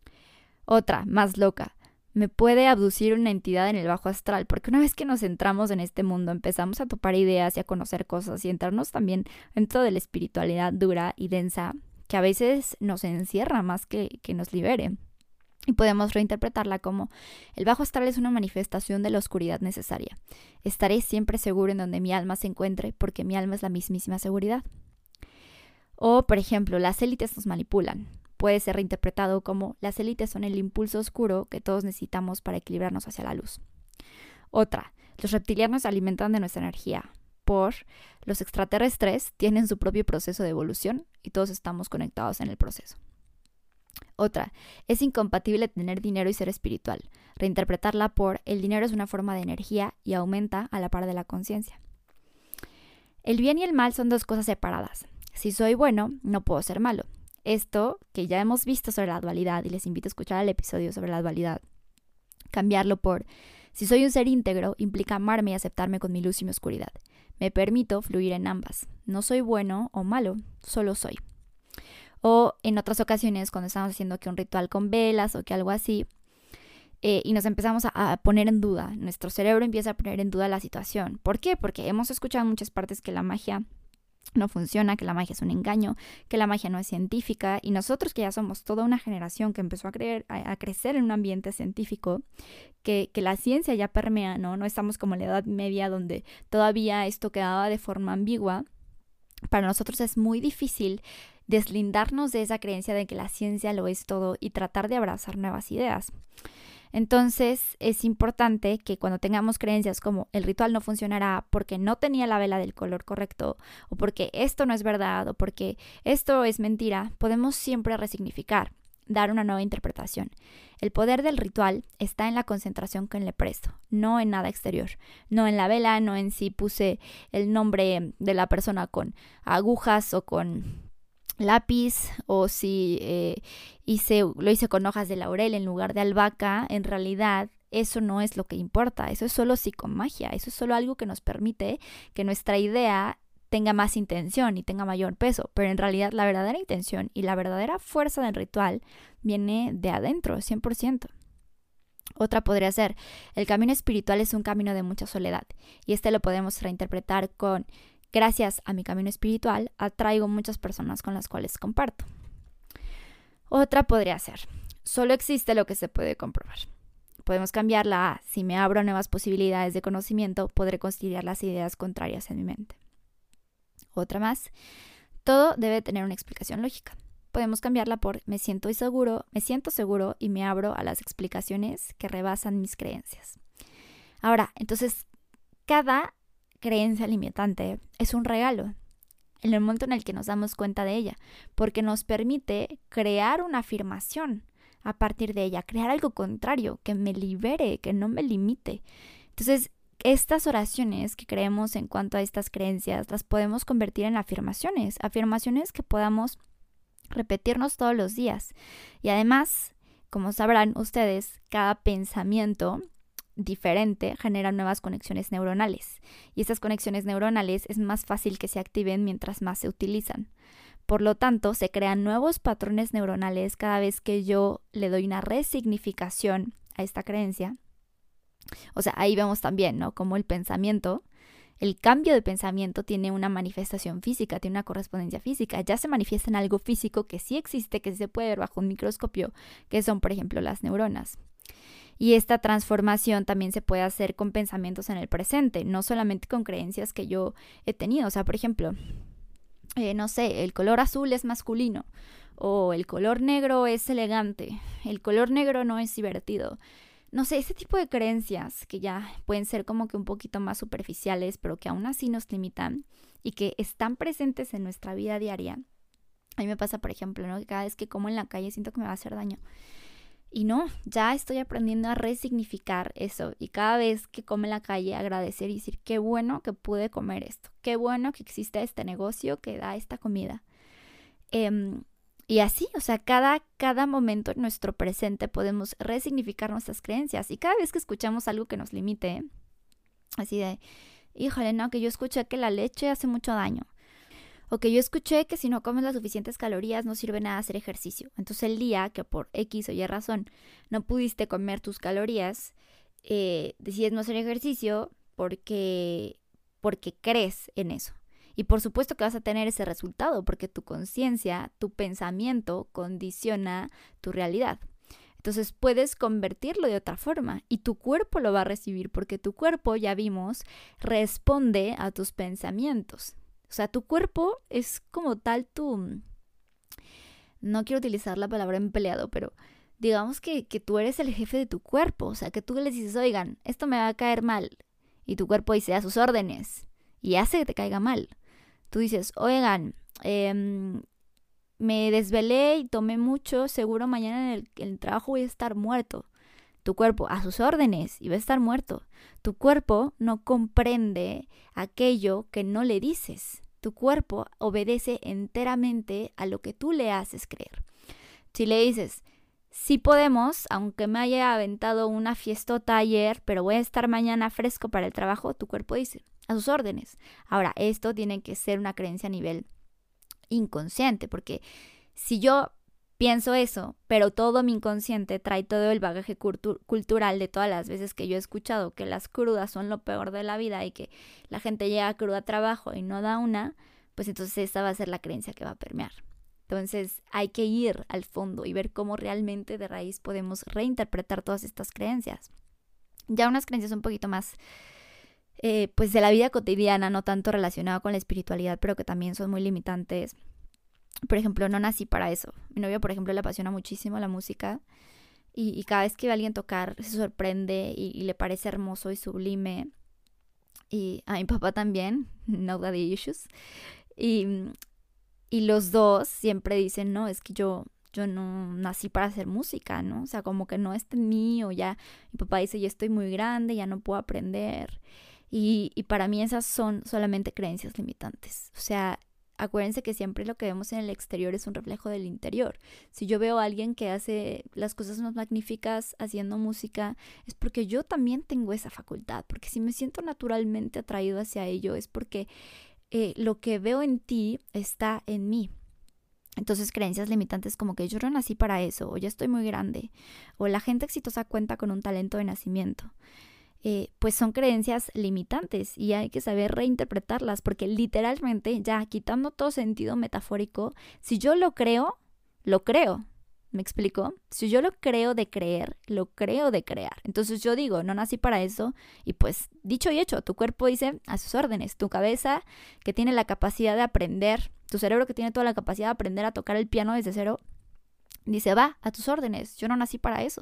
Otra, más loca. Me puede abducir una entidad en el bajo astral, porque una vez que nos entramos en este mundo empezamos a topar ideas y a conocer cosas y entrarnos también dentro de la espiritualidad dura y densa que a veces nos encierra más que, que nos libere. Y podemos reinterpretarla como el bajo astral es una manifestación de la oscuridad necesaria. Estaré siempre seguro en donde mi alma se encuentre porque mi alma es la mismísima seguridad. O, por ejemplo, las élites nos manipulan. Puede ser reinterpretado como las élites son el impulso oscuro que todos necesitamos para equilibrarnos hacia la luz. Otra, los reptilianos se alimentan de nuestra energía. por los extraterrestres, tienen su propio proceso de evolución y todos estamos conectados en el proceso. Otra, es incompatible tener dinero y ser espiritual. Reinterpretarla por el dinero es una forma de energía y aumenta a la par de la conciencia. El bien y el mal son dos cosas separadas. Si soy bueno, no puedo ser malo. Esto que ya hemos visto sobre la dualidad, y les invito a escuchar el episodio sobre la dualidad, cambiarlo por si soy un ser íntegro, implica amarme y aceptarme con mi luz y mi oscuridad. Me permito fluir en ambas. No soy bueno o malo, solo soy. O en otras ocasiones, cuando estamos haciendo que un ritual con velas o que algo así, eh, y nos empezamos a, a poner en duda, nuestro cerebro empieza a poner en duda la situación. ¿Por qué? Porque hemos escuchado en muchas partes que la magia no funciona, que la magia es un engaño, que la magia no es científica, y nosotros que ya somos toda una generación que empezó a, creer, a, a crecer en un ambiente científico, que, que la ciencia ya permea, ¿no? No estamos como en la Edad Media donde todavía esto quedaba de forma ambigua. Para nosotros es muy difícil deslindarnos de esa creencia de que la ciencia lo es todo y tratar de abrazar nuevas ideas. Entonces es importante que cuando tengamos creencias como el ritual no funcionará porque no tenía la vela del color correcto, o porque esto no es verdad, o porque esto es mentira, podemos siempre resignificar, dar una nueva interpretación. El poder del ritual está en la concentración que le presto, no en nada exterior, no en la vela, no en si puse el nombre de la persona con agujas o con lápiz, o si eh, hice, lo hice con hojas de laurel en lugar de albahaca. En realidad eso no es lo que importa, eso es solo psicomagia, eso es solo algo que nos permite que nuestra idea tenga más intención y tenga mayor peso, pero en realidad la verdadera intención y la verdadera fuerza del ritual viene de adentro, cien por ciento. Otra podría ser, el camino espiritual es un camino de mucha soledad, y este lo podemos reinterpretar con gracias a mi camino espiritual, atraigo muchas personas con las cuales comparto. Otra podría ser, solo existe lo que se puede comprobar. Podemos cambiarla a, si me abro a nuevas posibilidades de conocimiento, podré conciliar las ideas contrarias en mi mente. Otra más, todo debe tener una explicación lógica. Podemos cambiarla por, me siento seguro, me siento seguro y me abro a las explicaciones que rebasan mis creencias. Ahora, entonces, cada creencia limitante es un regalo en el momento en el que nos damos cuenta de ella, porque nos permite crear una afirmación a partir de ella, crear algo contrario, que me libere, que no me limite. Entonces, estas oraciones que creemos en cuanto a estas creencias, las podemos convertir en afirmaciones, afirmaciones que podamos repetirnos todos los días. Y además, como sabrán ustedes, cada pensamiento diferente genera nuevas conexiones neuronales, y estas conexiones neuronales es más fácil que se activen mientras más se utilizan. Por lo tanto, se crean nuevos patrones neuronales cada vez que yo le doy una resignificación a esta creencia. O sea, ahí vemos también, ¿no?, cómo el pensamiento, el cambio de pensamiento tiene una manifestación física, tiene una correspondencia física, ya se manifiesta en algo físico que sí existe, que sí se puede ver bajo un microscopio, que son, por ejemplo, las neuronas. Y esta transformación también se puede hacer con pensamientos en el presente, no solamente con creencias que yo he tenido. O sea, por ejemplo, eh, no sé, el color azul es masculino, o el color negro es elegante, el color negro no es divertido. No sé, ese tipo de creencias que ya pueden ser como que un poquito más superficiales, pero que aún así nos limitan y que están presentes en nuestra vida diaria. A mí me pasa, por ejemplo, ¿no?, que cada vez que como en la calle siento que me va a hacer daño. Y no, ya estoy aprendiendo a resignificar eso, y cada vez que como en la calle agradecer y decir qué bueno que pude comer esto, qué bueno que existe este negocio que da esta comida. Eh, y así, o sea, cada, cada momento en nuestro presente podemos resignificar nuestras creencias, y cada vez que escuchamos algo que nos limite, así de, híjole, no, que yo escuché que la leche hace mucho daño, o que yo escuché que si no comes las suficientes calorías no sirve nada hacer ejercicio. Entonces el día que por X o Y razón no pudiste comer tus calorías, eh, decides no hacer ejercicio porque, porque crees en eso. Y por supuesto que vas a tener ese resultado porque tu conciencia, tu pensamiento condiciona tu realidad. Entonces puedes convertirlo de otra forma y tu cuerpo lo va a recibir porque tu cuerpo, ya vimos, responde a tus pensamientos. O sea, tu cuerpo es como tal tu... No quiero utilizar la palabra empleado, pero digamos que, que tú eres el jefe de tu cuerpo. O sea, que tú le dices, oigan, esto me va a caer mal. Y tu cuerpo dice a sus órdenes. y hace que te caiga mal. Tú dices, oigan, eh, me desvelé y tomé mucho, seguro mañana en el, en el trabajo voy a estar muerto. Tu cuerpo a sus órdenes y va a estar muerto. Tu cuerpo no comprende aquello que no le dices. Tu cuerpo obedece enteramente a lo que tú le haces creer. Si le dices, sí podemos, aunque me haya aventado una fiestota ayer, pero voy a estar mañana fresco para el trabajo, tu cuerpo dice, a sus órdenes. Ahora, esto tiene que ser una creencia a nivel inconsciente, porque si yo pienso eso, pero todo mi inconsciente trae todo el bagaje cultu- cultural de todas las veces que yo he escuchado que las crudas son lo peor de la vida y que la gente llega cruda a trabajo y no da una, pues entonces esa va a ser la creencia que va a permear. Entonces hay que ir al fondo y ver cómo realmente de raíz podemos reinterpretar todas estas creencias. Ya unas creencias un poquito más eh, pues de la vida cotidiana, no tanto relacionado con la espiritualidad, pero que también son muy limitantes. Por ejemplo, no nací para eso. Mi novio, por ejemplo, le apasiona muchísimo la música y, y cada vez que ve a alguien tocar se sorprende y, y le parece hermoso y sublime. Y a mi papá también, no daddy issues. Y, y los dos siempre dicen, no, es que yo, yo no nací para hacer música, ¿no? O sea, como que no es mío, ya. Mi papá dice, ya estoy muy grande, ya no puedo aprender. Y, y para mí esas son solamente creencias limitantes. O sea, acuérdense que siempre lo que vemos en el exterior es un reflejo del interior. Si yo veo a alguien que hace las cosas más magníficas haciendo música, es porque yo también tengo esa facultad. Porque si me siento naturalmente atraído hacia ello, es porque eh, lo que veo en ti está en mí. Entonces, creencias limitantes como que yo no nací para eso, o ya estoy muy grande, o la gente exitosa cuenta con un talento de nacimiento. Eh, pues son creencias limitantes y hay que saber reinterpretarlas porque literalmente ya quitando todo sentido metafórico, si yo lo creo, lo creo. ¿Me explico? Si yo lo creo de creer, lo creo de crear. Entonces yo digo, no nací para eso y pues dicho y hecho, tu cuerpo dice a sus órdenes, tu cabeza que tiene la capacidad de aprender, tu cerebro que tiene toda la capacidad de aprender a tocar el piano desde cero, dice, va, a tus órdenes, yo no nací para eso.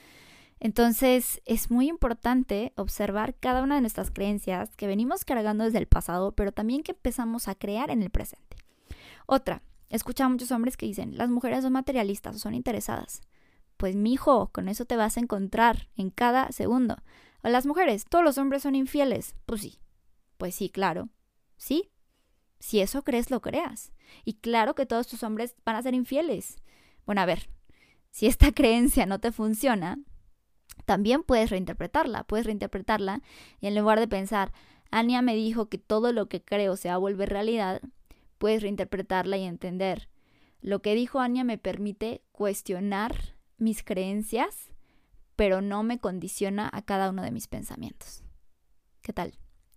Entonces es muy importante observar cada una de nuestras creencias que venimos cargando desde el pasado, pero también que empezamos a crear en el presente. Otra, he escuchado a muchos hombres que dicen, las mujeres son materialistas o son interesadas. Pues mijo, con eso te vas a encontrar en cada segundo. O las mujeres, todos los hombres son infieles. Pues sí, pues sí, claro. Sí, si eso crees, lo creas. Y claro que todos tus hombres van a ser infieles. Bueno, a ver, si esta creencia no te funciona, también puedes reinterpretarla, puedes reinterpretarla y en lugar de pensar, Ania me dijo que todo lo que creo se va a volver realidad, puedes reinterpretarla y entender. Lo que dijo Ania me permite cuestionar mis creencias, pero no me condiciona a cada uno de mis pensamientos. ¿Qué tal?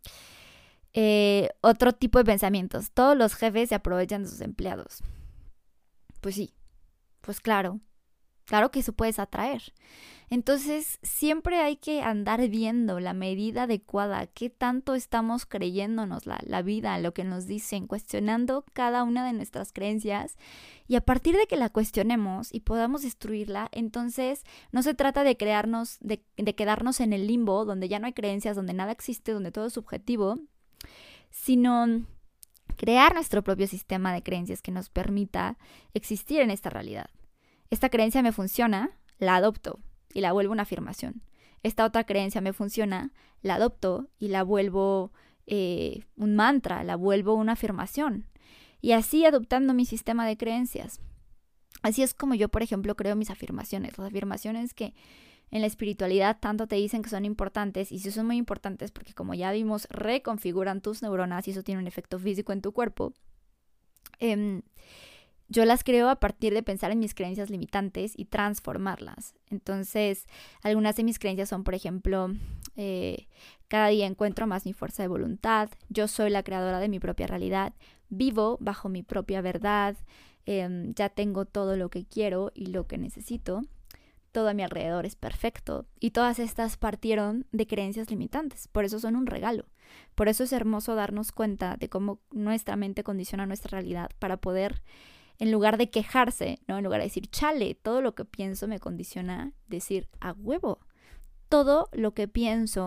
Eh, otro tipo de pensamientos. Todos los jefes se aprovechan de sus empleados. Pues sí, pues claro, claro que eso puedes atraer. Entonces, siempre hay que andar viendo la medida adecuada, qué tanto estamos creyéndonos la, la vida, lo que nos dicen, cuestionando cada una de nuestras creencias. Y a partir de que la cuestionemos y podamos destruirla, entonces no se trata de crearnos, de, de quedarnos en el limbo, donde ya no hay creencias, donde nada existe, donde todo es subjetivo, sino crear nuestro propio sistema de creencias que nos permita existir en esta realidad. Esta creencia me funciona, la adopto y la vuelvo una afirmación. Esta otra creencia me funciona, la adopto y la vuelvo eh, un mantra, la vuelvo una afirmación. Y así adoptando mi sistema de creencias. Así es como yo, por ejemplo, creo mis afirmaciones. Las afirmaciones que en la espiritualidad tanto te dicen que son importantes, y sí son muy importantes porque, como ya vimos, reconfiguran tus neuronas y eso tiene un efecto físico en tu cuerpo. Eh, Yo las creo a partir de pensar en mis creencias limitantes y transformarlas. Entonces, algunas de mis creencias son, por ejemplo, eh, cada día encuentro más mi fuerza de voluntad, yo soy la creadora de mi propia realidad, vivo bajo mi propia verdad, eh, ya tengo todo lo que quiero y lo que necesito, todo a mi alrededor es perfecto. Y todas estas partieron de creencias limitantes, por eso son un regalo. Por eso es hermoso darnos cuenta de cómo nuestra mente condiciona nuestra realidad para poder, en lugar de quejarse, ¿no? En lugar de decir, chale, todo lo que pienso me condiciona, decir, a huevo, todo lo que pienso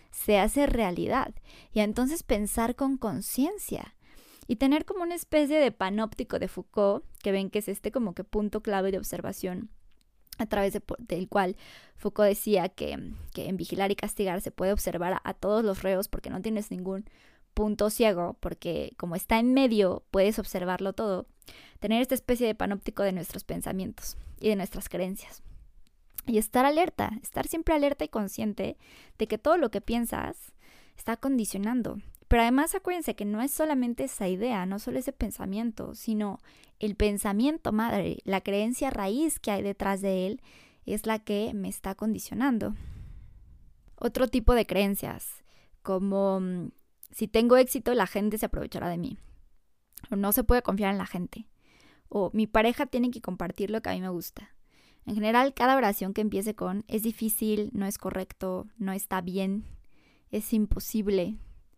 se hace realidad. Y entonces pensar con conciencia y tener como una especie de panóptico de Foucault, que ven que es este como que punto clave de observación, a través de, del cual Foucault decía que, que en Vigilar y Castigar se puede observar a, a todos los reos porque no tienes ningún punto ciego, porque como está en medio puedes observarlo todo. Tener esta especie de panóptico de nuestros pensamientos y de nuestras creencias. Y estar alerta, estar siempre alerta y consciente de que todo lo que piensas está condicionando. Pero además acuérdense que no es solamente esa idea, no solo ese pensamiento, sino el pensamiento madre, la creencia raíz que hay detrás de él es la que me está condicionando. Otro tipo de creencias, como si tengo éxito la gente se aprovechará de mí, o no se puede confiar en la gente, o mi pareja tiene que compartir lo que a mí me gusta. En general, cada oración que empiece con es difícil, no es correcto, no está bien, es imposible.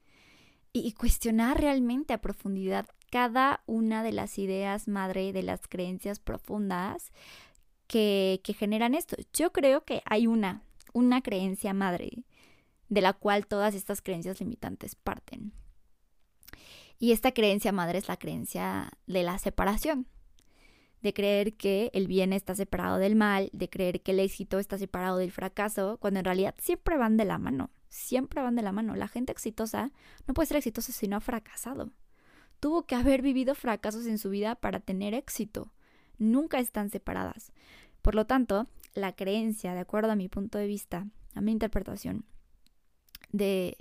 Y cuestionar realmente a profundidad cada una de las ideas madre, de las creencias profundas que, que generan esto. Yo creo que hay una, una creencia madre de la cual todas estas creencias limitantes parten. Y esta creencia madre es la creencia de la separación. De creer que el bien está separado del mal, de creer que el éxito está separado del fracaso, cuando en realidad siempre van de la mano, siempre van de la mano. La gente exitosa no puede ser exitosa si no ha fracasado. Tuvo que haber vivido fracasos en su vida para tener éxito. Nunca están separadas. Por lo tanto, la creencia, de acuerdo a mi punto de vista, a mi interpretación, de,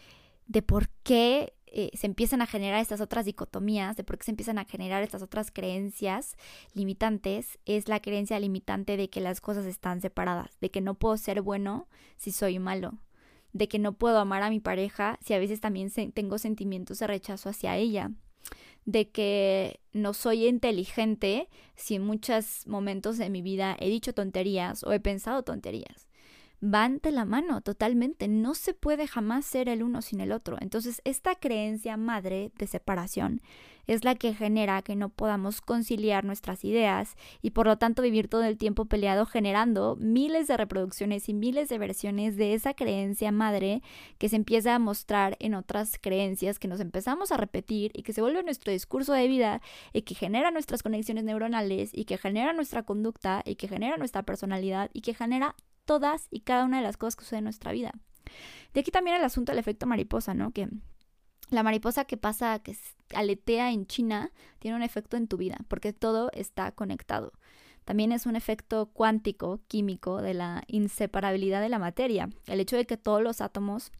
de por qué Eh, se empiezan a generar estas otras dicotomías, de por qué se empiezan a generar estas otras creencias limitantes, es la creencia limitante de que las cosas están separadas, de que no puedo ser bueno si soy malo, de que no puedo amar a mi pareja si a veces también se- tengo sentimientos de rechazo hacia ella, de que no soy inteligente si en muchos momentos de mi vida he dicho tonterías o he pensado tonterías. Van de la mano totalmente, no se puede jamás ser el uno sin el otro. Entonces esta creencia madre de separación es la que genera que no podamos conciliar nuestras ideas y por lo tanto vivir todo el tiempo peleado, generando miles de reproducciones y miles de versiones de esa creencia madre que se empieza a mostrar en otras creencias que nos empezamos a repetir y que se vuelve nuestro discurso de vida y que genera nuestras conexiones neuronales y que genera nuestra conducta y que genera nuestra personalidad y que genera todas y cada una de las cosas que suceden en nuestra vida. De aquí también el asunto del efecto mariposa, ¿no? Que la mariposa que pasa, que aletea en China, tiene un efecto en tu vida, porque todo está conectado. También es un efecto cuántico, químico, de la inseparabilidad de la materia. El hecho de que todos los átomos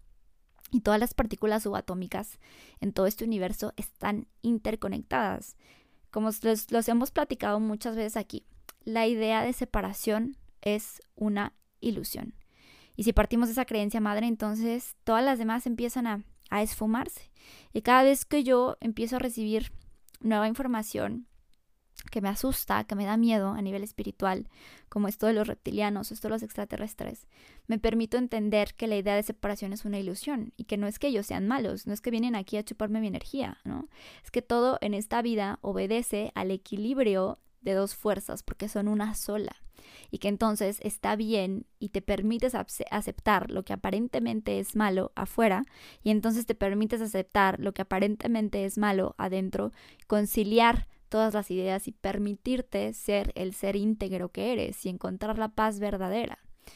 y todas las partículas subatómicas en todo este universo están interconectadas. Como los, los hemos platicado muchas veces aquí, la idea de separación es una ilusión. Y si partimos de esa creencia madre, entonces todas las demás empiezan a, a esfumarse. Y cada vez que yo empiezo a recibir nueva información que me asusta, que me da miedo a nivel espiritual, como esto de los reptilianos, esto de los extraterrestres, me permito entender que la idea de separación es una ilusión y que no es que ellos sean malos, no es que vienen aquí a chuparme mi energía, ¿no? Es que todo en esta vida obedece al equilibrio de dos fuerzas porque son una sola. Y que entonces está bien y te permites aceptar lo que aparentemente es malo afuera y entonces te permites aceptar lo que aparentemente es malo adentro, conciliar todas las ideas y permitirte ser el ser íntegro que eres y encontrar la paz verdadera.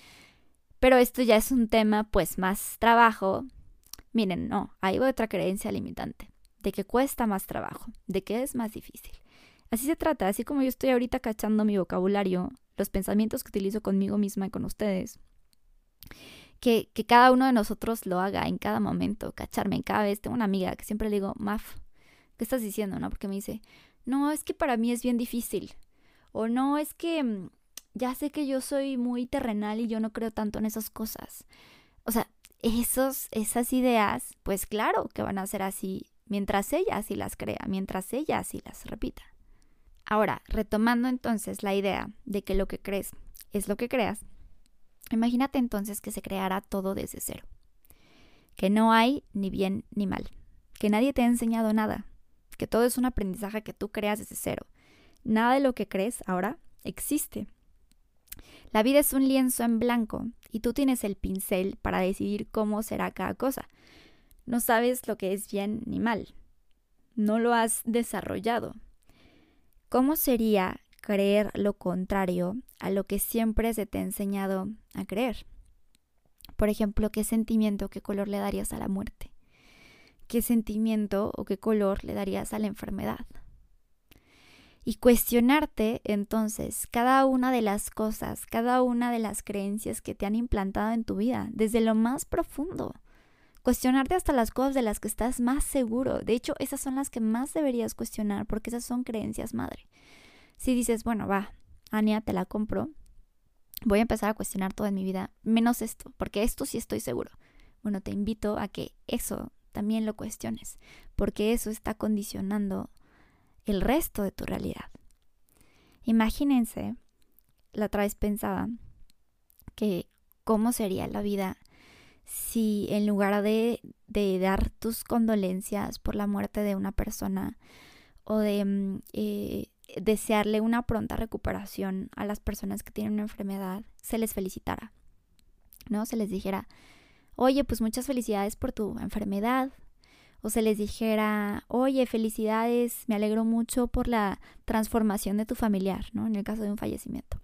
Pero esto ya es un tema pues más trabajo. Miren, no, hay otra creencia limitante, de que cuesta más trabajo, de que es más difícil. Así se trata, así como yo estoy ahorita cachando mi vocabulario, los pensamientos que utilizo conmigo misma y con ustedes, que, que cada uno de nosotros lo haga en cada momento, cacharme en cada vez. Tengo una amiga que siempre le digo, Maf, ¿qué estás diciendo? ¿No? Porque me dice, no, es que para mí es bien difícil, o no, es que ya sé que yo soy muy terrenal y yo no creo tanto en esas cosas. O sea, esos, esas ideas, pues claro que van a ser así, mientras ella así las crea, mientras ella así las repita. Ahora, retomando entonces la idea de que lo que crees es lo que creas, imagínate entonces que se creara todo desde cero, que no hay ni bien ni mal, que nadie te ha enseñado nada, que todo es un aprendizaje que tú creas desde cero. Nada de lo que crees ahora existe. La vida es un lienzo en blanco y tú tienes el pincel para decidir cómo será cada cosa. No sabes lo que es bien ni mal. No lo has desarrollado. ¿Cómo sería creer lo contrario a lo que siempre se te ha enseñado a creer? Por ejemplo, ¿qué sentimiento o qué color le darías a la muerte? ¿Qué sentimiento o qué color le darías a la enfermedad? Y cuestionarte entonces cada una de las cosas, cada una de las creencias que te han implantado en tu vida, desde lo más profundo. Cuestionarte hasta las cosas de las que estás más seguro. De hecho, esas son las que más deberías cuestionar porque esas son creencias madre. Si dices, bueno, va, Ania, te la compro, voy a empezar a cuestionar todo en mi vida, menos esto, porque esto sí estoy seguro. Bueno, te invito a que eso también lo cuestiones, porque eso está condicionando el resto de tu realidad. Imagínense, la otra vez pensaba que cómo sería la vida si en lugar de, de dar tus condolencias por la muerte de una persona o de eh, desearle una pronta recuperación a las personas que tienen una enfermedad, se les felicitara, ¿no? Se les dijera, oye, pues muchas felicidades por tu enfermedad. O se les dijera, oye, felicidades, me alegro mucho por la transformación de tu familiar, ¿no? En el caso de un fallecimiento.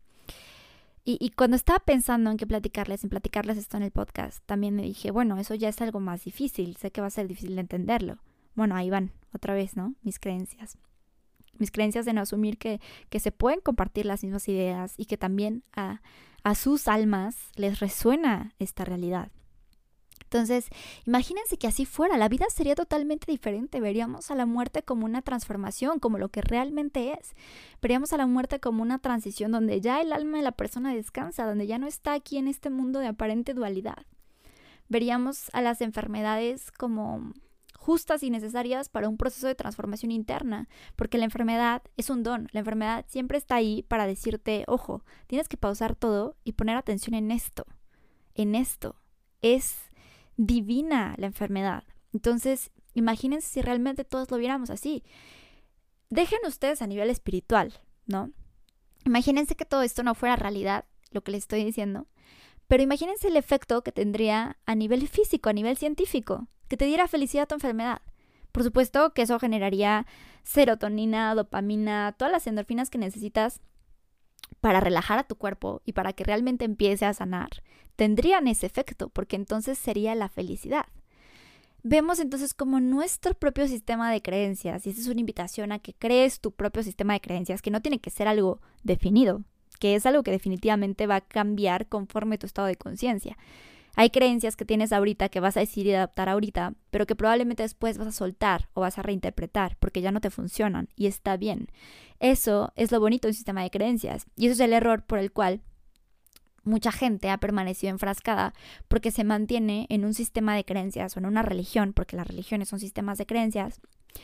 Y, y cuando estaba pensando en qué platicarles, en platicarles esto en el podcast, también me dije, bueno, eso ya es algo más difícil, sé que va a ser difícil de entenderlo. Bueno, ahí van, otra vez, ¿no? Mis creencias. Mis creencias de no asumir que, que se pueden compartir las mismas ideas y que también a, a sus almas les resuena esta realidad. Entonces, imagínense que así fuera, la vida sería totalmente diferente, veríamos a la muerte como una transformación, como lo que realmente es. Veríamos a la muerte como una transición donde ya el alma de la persona descansa, donde ya no está aquí en este mundo de aparente dualidad. Veríamos a las enfermedades como justas y necesarias para un proceso de transformación interna, porque la enfermedad es un don, la enfermedad siempre está ahí para decirte, ojo, tienes que pausar todo y poner atención en esto, en esto, es divina la enfermedad. Entonces, imagínense si realmente todos lo viéramos así. Dejen ustedes a nivel espiritual, ¿no? Imagínense que todo esto no fuera realidad, lo que les estoy diciendo, pero imagínense el efecto que tendría a nivel físico, a nivel científico, que te diera felicidad a tu enfermedad. Por supuesto que eso generaría serotonina, dopamina, todas las endorfinas que necesitas para relajar a tu cuerpo y para que realmente empiece a sanar, tendrían ese efecto, porque entonces sería la felicidad. Vemos entonces como nuestro propio sistema de creencias, y esa es una invitación a que crees tu propio sistema de creencias, que no tiene que ser algo definido, que es algo que definitivamente va a cambiar conforme tu estado de conciencia. Hay creencias que tienes ahorita que vas a decidir adaptar ahorita, pero que probablemente después vas a soltar o vas a reinterpretar porque ya no te funcionan y está bien. Eso es lo bonito de un sistema de creencias y eso es el error por el cual mucha gente ha permanecido enfrascada porque se mantiene en un sistema de creencias o en una religión, porque las religiones son sistemas de creencias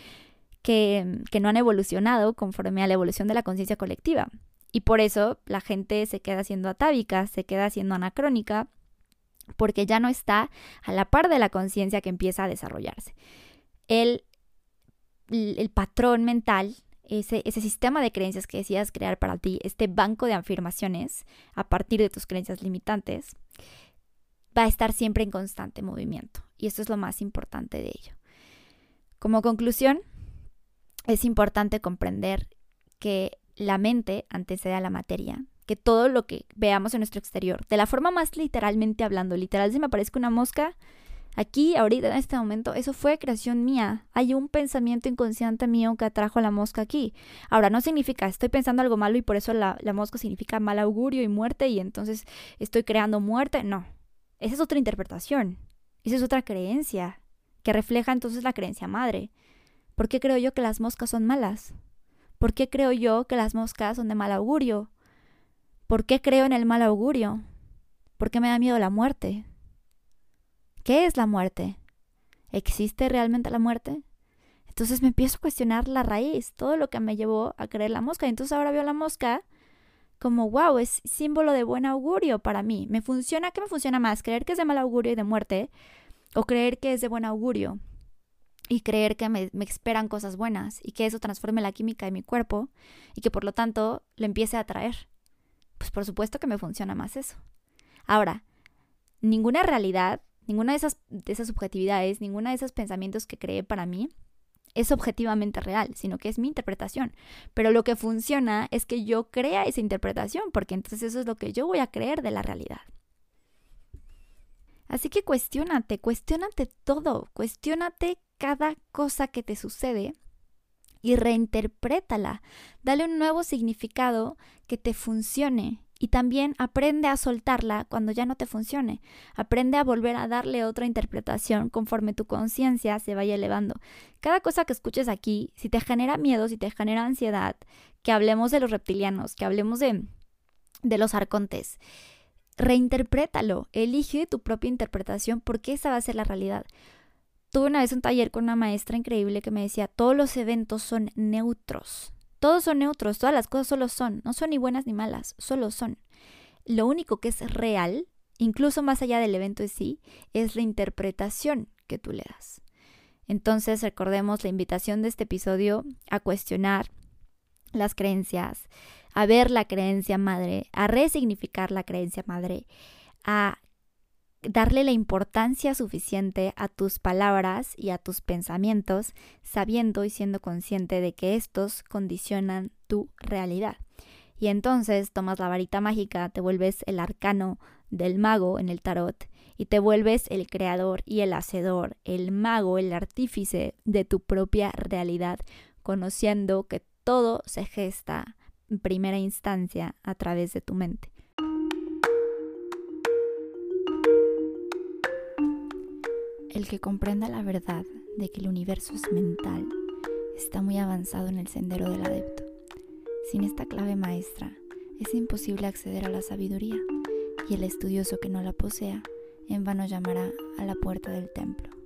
que, que no han evolucionado conforme a la evolución de la conciencia colectiva. Y por eso la gente se queda siendo atávica, se queda siendo anacrónica, porque ya no está a la par de la conciencia que empieza a desarrollarse. El, el patrón mental, ese, ese sistema de creencias que decidas crear para ti, este banco de afirmaciones a partir de tus creencias limitantes, va a estar siempre en constante movimiento. Y eso es lo más importante de ello. Como conclusión, es importante comprender que la mente antecede a la materia, que todo lo que veamos en nuestro exterior, de la forma más literalmente hablando, literal, si me aparezca una mosca, aquí, ahorita, en este momento, eso fue creación mía. Hay un pensamiento inconsciente mío que atrajo a la mosca aquí. Ahora, no significa, estoy pensando algo malo y por eso la, la mosca significa mal augurio y muerte y entonces estoy creando muerte. No, esa es otra interpretación. Esa es otra creencia que refleja entonces la creencia madre. ¿Por qué creo yo que las moscas son malas? ¿Por qué creo yo que las moscas son de mal augurio? ¿Por qué creo en el mal augurio? ¿Por qué me da miedo la muerte? ¿Qué es la muerte? ¿Existe realmente la muerte? Entonces me empiezo a cuestionar la raíz, todo lo que me llevó a creer la mosca. Y entonces ahora veo la mosca como, wow, es símbolo de buen augurio para mí. ¿Me funciona? ¿Qué me funciona más? ¿Creer que es de mal augurio y de muerte? ¿O creer que es de buen augurio? Y creer que me, me esperan cosas buenas y que eso transforme la química de mi cuerpo y que por lo tanto lo empiece a atraer. Pues por supuesto que me funciona más eso. Ahora, ninguna realidad, ninguna de esas, de esas subjetividades, ninguna de esos pensamientos que creé para mí es objetivamente real, sino que es mi interpretación. Pero lo que funciona es que yo crea esa interpretación, porque entonces eso es lo que yo voy a creer de la realidad. Así que cuestiónate, cuestiónate todo, cuestiónate cada cosa que te sucede y reinterprétala. Dale un nuevo significado que te funcione. Y también aprende a soltarla cuando ya no te funcione. Aprende a volver a darle otra interpretación conforme tu conciencia se vaya elevando. Cada cosa que escuches aquí, si te genera miedo, si te genera ansiedad, que hablemos de los reptilianos, que hablemos de, de los arcontes, reinterprétalo. Elige tu propia interpretación porque esa va a ser la realidad. Tuve una vez un taller con una maestra increíble que me decía, todos los eventos son neutros. Todos son neutros, todas las cosas solo son, no son ni buenas ni malas, solo son. Lo único que es real, incluso más allá del evento en sí, es la interpretación que tú le das. Entonces recordemos la invitación de este episodio a cuestionar las creencias, a ver la creencia madre, a resignificar la creencia madre, a darle la importancia suficiente a tus palabras y a tus pensamientos, sabiendo y siendo consciente de que estos condicionan tu realidad. Y entonces tomas la varita mágica, te vuelves el arcano del mago en el tarot y te vuelves el creador y el hacedor, el mago, el artífice de tu propia realidad, conociendo que todo se gesta en primera instancia a través de tu mente. El que comprenda la verdad de que el universo es mental está muy avanzado en el sendero del adepto. Sin esta clave maestra, es imposible acceder a la sabiduría, y el estudioso que no la posea, en vano llamará a la puerta del templo.